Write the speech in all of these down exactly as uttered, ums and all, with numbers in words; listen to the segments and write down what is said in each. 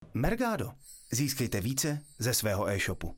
Mergado. Získejte více ze svého e-shopu.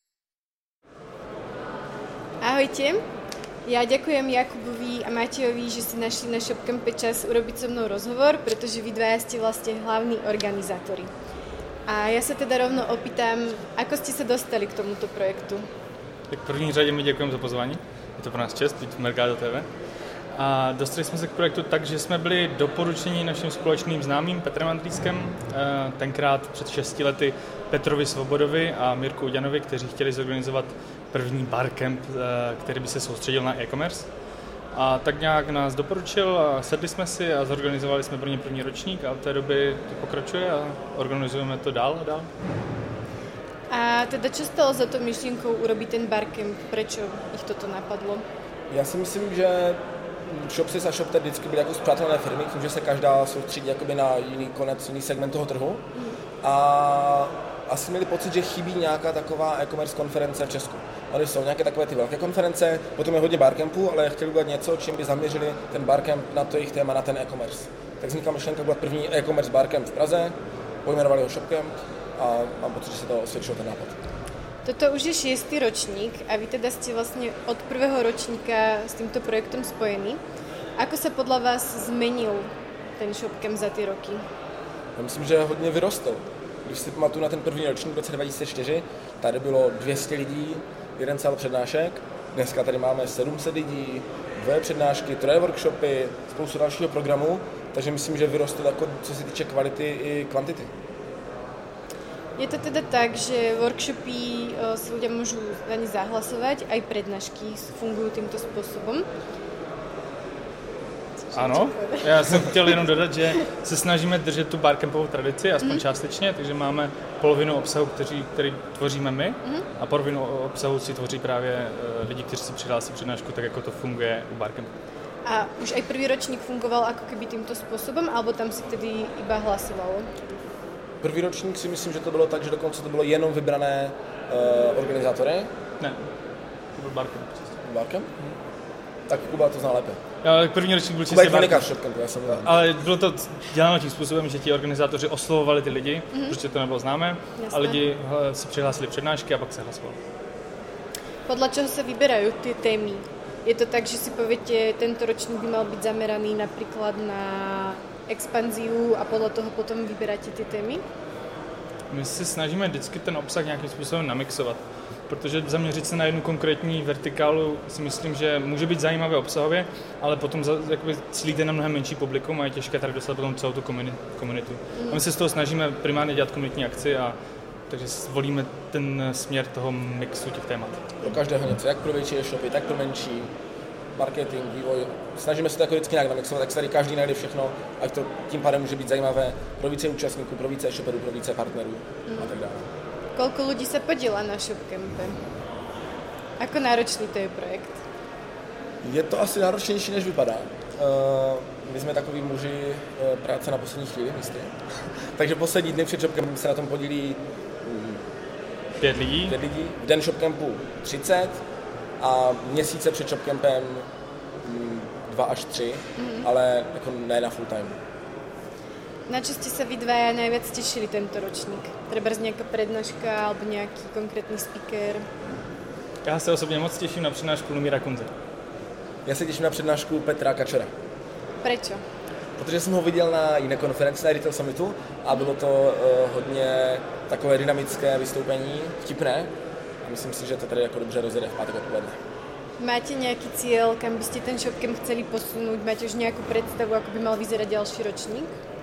Ahojte, ja ďakujem Jakubovi a Matejovi, že si našli na ShopCampe čas urobiť so mnou rozhovor, pretože vy dvaja ste vlastne hlavní organizátori. A ja sa teda rovno opýtam, ako ste sa dostali k tomuto projektu? Tak v první řadě my děkujeme za pozvání, je to pro nás čest být v Mergado té vé. A dostali jsme se k projektu tak, že jsme byli doporučeni naším společným známým Petrem Andrýskem, tenkrát před šesti lety Petrovi Svobodovi a Mirku Uďanovi, kteří chtěli zorganizovat první barcamp, který by se soustředil na e-commerce. A tak nějak nás doporučil a sedli jsme si a zorganizovali jsme pro ně první ročník a od té doby to pokračuje a organizujeme to dál a dál. A teda čo stalo za to myšlienkou urobiť ten barcamp? Prečo ich toto napadlo? Já si myslím, že ShopSys a ShopTet vždycky byly jako spřátelené firmy, tím, že se každá soustředí jakoby na jiný konec, jiný segment toho trhu. Mm. A asi měli pocit, že chybí nějaká taková e-commerce konference v Česku. Tady jsou nějaké takové ty velké konference, potom je hodně barcampů, ale chtěli udělat něco, čím by zaměřili ten barcamp na to jejich téma, na ten e-commerce. Tak vznikla myšlenka udělat první e-commerce barcamp v Praze, pojmenovali ho ShopCamp a mám pocit, že se to osvědčilo ten nápad. Toto už je šiestý ročník a vy teda ste vlastne od prvého ročníka s týmto projektom spojení. Ako sa podľa vás zmenil ten ShopCamp za ty roky? Já myslím, že hodně vyrostl. Když si pamatuju na ten první ročník v roce dva tisíce čtyři, tady bylo dvě stě lidí, jeden sál přednášek. Dneska tady máme sedm set lidí, dvě přednášky, troje workshopy, spoustu dalšího programu, takže myslím, že vyrostl jako co se týče kvality i kvantity. Je to teda tak, že workshopy si ľudia môžu na ne zahlasovať, aj prednášky fungujú týmto spôsobom? Ano, já jsem chtěl jenom dodat, že se snažíme držet tu barcampovou tradici, aspoň mm. částečně, takže máme polovinu obsahu, který, který tvoříme my mm. a polovinu obsahu si tvoří právě lidi, kteří si přihlásí přednášku, tak jako to funguje u barcampu. A už aj prvý ročník fungoval ako keby týmto spôsobom, alebo tam si tedy iba hlasovalo? První ročník si myslím, že to bylo tak, že dokonce to bylo jenom vybrané uh, organizátory. Ne, to byl barcamp. Barcamp? Hmm. Tak Kuba to zná lépe. Ale první ročník byl čistě barcamp. Já jsem Ale bylo to děláno tím způsobem, že ti organizátoři oslovovali ty lidi, mm-hmm. protože to nebylo známé. Jasné. A lidi si přihlásili přednášky a pak se hlasovalo. Podľa čoho sa vyberajú tie témy? Je to tak, že si poviete, tento ročník by mal byť zameraný napríklad na expanziu a podle toho potom vyberáte ty témy? My se snažíme vždycky ten obsah nějakým způsobem namixovat, protože zaměřit se na jednu konkrétní vertikálu si myslím, že může být zajímavé obsahově, ale potom jakoby cílíte na mnohem menší publikum a je těžké tady dostat potom celou tu komunitu. Mm. A my se z toho snažíme primárně dělat komunitní akci a takže volíme ten směr toho mixu těch témat. Pro každého něco, jak pro větší e-shopy, tak pro menší. Marketing, vývoj. Snažíme se to jako vždycky nějak namixovat, tak se tady každý najde všechno, ať to tím pádem může být zajímavé pro více účastníků, pro více e-shoperů, pro více partnerů mm. a tak dále. Koľko ľudí sa podíla na ShopCampe? Ako náročný to je projekt? Je to asi náročnější, než vypadá. Uh, my jsme takový muži uh, práce na poslední chvíli, jistě. Takže poslední dny před ShopCampem se na tom podílí um, pět lidí. Pět lidí. V den ShopCampu třicet. A měsíce před ShopCampem dva až tři, mm. ale jako ne na full time. Na čo ste sa vy dvaja najviac tešili tento ročník? Trebárs nejaká prednáška alebo nejaký konkrétny speaker? Já se osobně moc těším na přednášku Lumíra Kunze. Já se těším na přednášku Petra Kačera. Prečo? Protože jsem ho viděl na jiné konferenci, na Retail Summitu a bylo to uh, hodně takové dynamické vystoupení, vtipné. A myslím si, že to tady jako dobře rozjede v pátek odpoledne. Máte nejaký cieľ, kam by ste ten ShopCamp chceli posunúť? Máte už nejakú predstavu, ako by mal vyzerať ďalší ročník?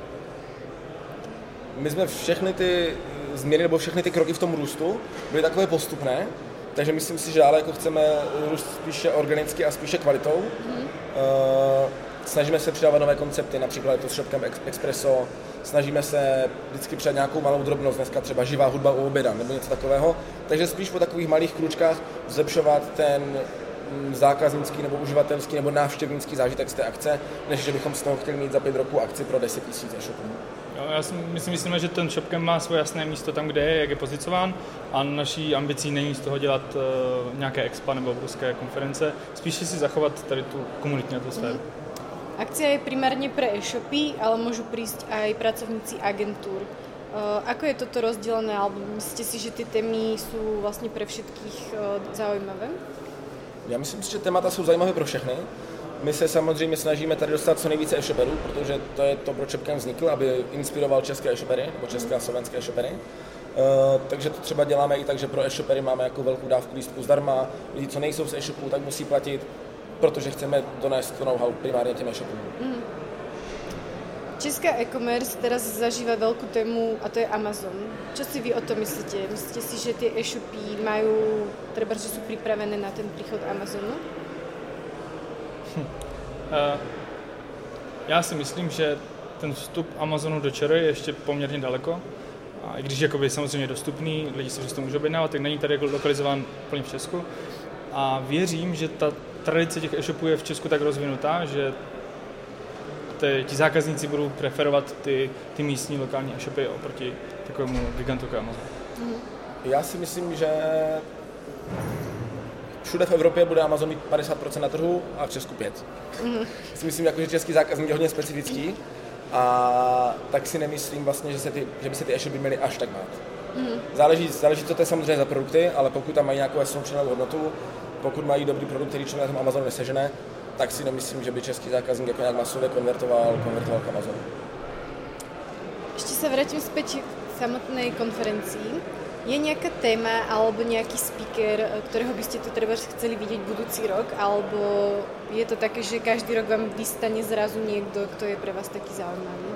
My jsme všechny ty změny nebo všechny ty kroky v tom růstu byly takové postupné, takže myslím si, že dále jako chceme růst spíše organicky a spíše kvalitou. Mm. Uh, snažíme se přidávat nové koncepty, například je to ShopCamp Expresso, snažíme se vždycky přidat nějakou malou drobnost, dneska třeba živá hudba u oběda nebo něco takového, takže spíš po takových malých kručkách zlepšovat ten zákaznický nebo uživatelský nebo návštěvnický zážitek z té akce, než že bychom z toho chtěli mít za pět roků akci pro deset tisíc e-shopů. Já si myslím, myslím, že ten ShopCamp má svoje jasné místo tam, kde je, jak je pozicován a naší ambicí není z toho dělat uh, nějaké expa nebo obrovské konference, spíše si zachovat tady tu komunitní atmosféru. Mm. Akcia je primárne pre e-shopy, ale môžu prísť aj pracovníci agentúr. Ako je toto rozdelené, alebo myslíte si, že ty témy jsou vlastně pre všetkých zaujímavé? Já myslím si, že témata jsou zajímavé pro všechny. My se samozřejmě snažíme tady dostat co nejvíce e-shoperů, protože to je to, proč Shopcamp vznikl, aby inspiroval české e-shopery, nebo české a slovenské e-shopery. Uh, takže to třeba děláme i tak, že pro e-shopery máme jako velkou dávku lístků zdarma. Lidi, co nejsou z e-shopů, tak musí platit, protože chceme donést to know-how primárně těm e-shopům. Mm. Česká e-commerce teraz zažíva veľkú tému a to je Amazon. Čo si vy o to myslíte? Myslíte si, že tie e-shopy majú, treba, že sú pripravené na ten príchod Amazonu? Hm. Uh, já si myslím, že ten vstup Amazonu do ČR je ještě poměrně daleko. A i když jakoby samozřejmě dostupný, lidi si to můžou objednávat, tak není tady lokalizován plně v Česku. A věřím, že ta tradice těch e-shopů je v Česku tak rozvinutá, že ty, ti zákazníci budou preferovat ty, ty místní lokální e-shopy oproti takovému gigantu jako Amazon. Mm. Já si myslím, že všude v Evropě bude Amazon mít padesát procent na trhu a v Česku pět procent. Mm. Si myslím, jako, že český zákazník je hodně specifický a tak si nemyslím vlastně, že, se ty, že by se ty e-shopy měly až tak bát. Mm. Záleží, záleží, co to je samozřejmě za produkty, ale pokud tam mají nějakou jasnou přidanou hodnotu, pokud mají dobrý produkt, který člověk na tom Amazonu nesežene, tak si nemyslím, že by český zákazník jako nějak masově konvertoval, konvertoval k Amazonu. Ještě se vrátím zpět k samotné konferenci. Je nějaká téma alebo nějaký speaker, kterého byste tu třeba chceli vidět budoucí rok, alebo je to také, že každý rok vám vystane zrazu někdo, kdo je pro vás taky zaujímavý?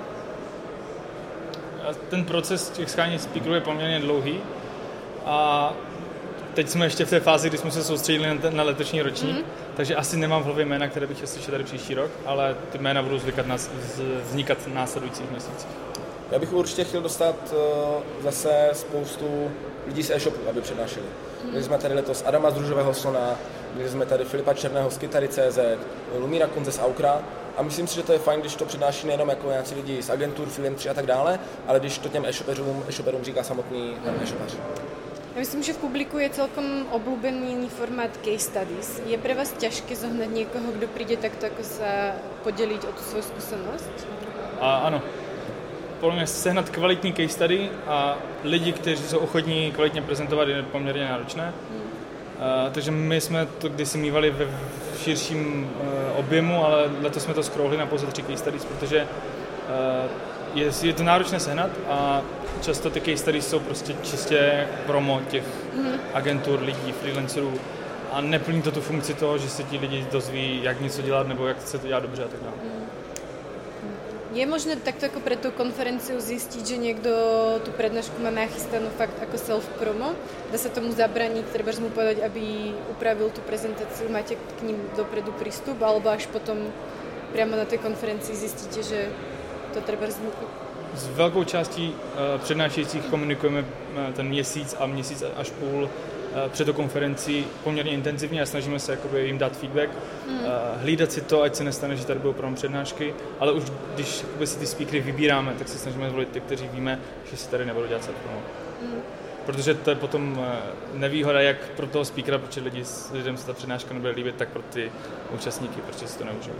Ten proces těch schání speakerů je poměrně dlouhý a teď jsme ještě v té fázi, kdy jsme se soustředili na, ten, na letošní ročník, mm-hmm. takže asi nemám v hlavě jména, které bych chtěl slyšet tady příští rok, ale ty jména budou zvykat na, vznikat v následujících měsících. Já bych určitě chtěl dostat uh, zase spoustu lidí z e-shopu, aby přednášeli. Mm-hmm. Měli jsme tady letos Adama z Růžového slona, měli jsme tady Filipa Černého z Kytary tečka cé zet, Lumíra Kunze z Aukra a myslím si, že to je fajn, když to přednáší nejenom jako nějaký lidi z agentur, freelanceri a tak dále, ale když to těm e-shopperům, e-shopperům říká samotný e-shopař. Ja myslím, že v publiku je celkom obľúbený formát case studies. Je pre vás ťažké zohnať niekoho, kto príde takto ako sa podeliť o tú svoju skúsenosť? A ano. Podle mě sehnat kvalitní case study a lidi, kteří jsou ochotní kvalitně prezentovat, je poměrně náročné. Hmm. Uh, takže my jsme to kdysi mívali ve širším uh, objemu, ale letos jsme to skrouhli na pouze tři case studies, protože uh, je, je to náročné sehnat a často ty case studies jsou prostě čistě promo těch mm. agentur, lidí, freelancerů a neplní to tu funkci toho, že se ti lidi dozví, jak něco dělat nebo jak se to dělat dobře a tak dále. Mm. Je možné takto jako pre tú konferenciu zistiť, že niekto tú prednášku má nachystanú fakt ako self-promo? Dá sa tomu zabraniť, treba mu povedať, aby upravil tú prezentáciu, máte k ním dopredu prístup, alebo až potom priamo na tej konferencii zistíte, že to treba vznikne? S velkou částí uh, přednášejících komunikujeme uh, ten měsíc a měsíc až půl uh, před tou konferencí poměrně intenzivně a snažíme se jakoby, jim dát feedback, mm. uh, hlídat si to, ať se nestane, že tady budou promo přednášky, ale už když jakoby, si ty speakery vybíráme, tak se snažíme zvolit ty, kteří víme, že si tady nebudou dělat self-promo. Mm. Protože to je potom uh, nevýhoda jak pro toho speakera, protože lidi, lidem se ta přednáška nebude líbit, tak pro ty účastníky, protože si to neužijou.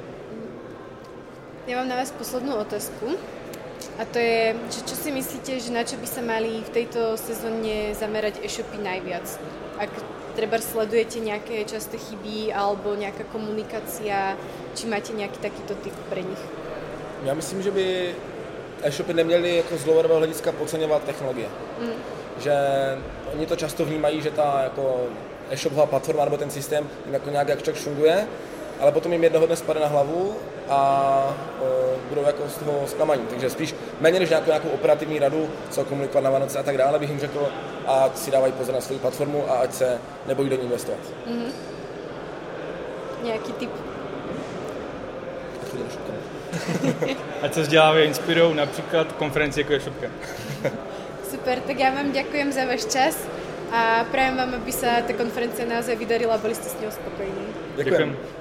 Já mám na vás poslednou otázku. A to je, že čo si myslíte, že na čo by sa mali v tejto sezóne zamerať e-shopy najviac? Ak treba sledujete nejaké časté chyby alebo nejaká komunikácia, či máte nejaký takýto typ pre nich? Já myslím, že by e-shopy neměly jako z dlouhodobého hlediska podceňovat technologie. Mm. Že oni to často vnímají, že ta jako e-shopová platforma nebo ten systém jim jako nějak jak funguje, ale potom jim jednoho dne spadne na hlavu a uh, budou jako z toho zklamaní. Takže spíš méně než nějakou, nějakou operativní radu, co komunikovat na Vánoce a tak dále, bych jim řekl, ať si dávají pozor na svou platformu a ať se nebojí do ní investovat. Mm-hmm. Nějaký tip? Ať se vzdělávají, inspirujou například konferenci jako je Shopcamp. Super, tak já vám ďakujem za váš čas a prajem vám, aby sa tá konferencia naozaj vydarila a boli ste s ňou spokojní. Ďakujem.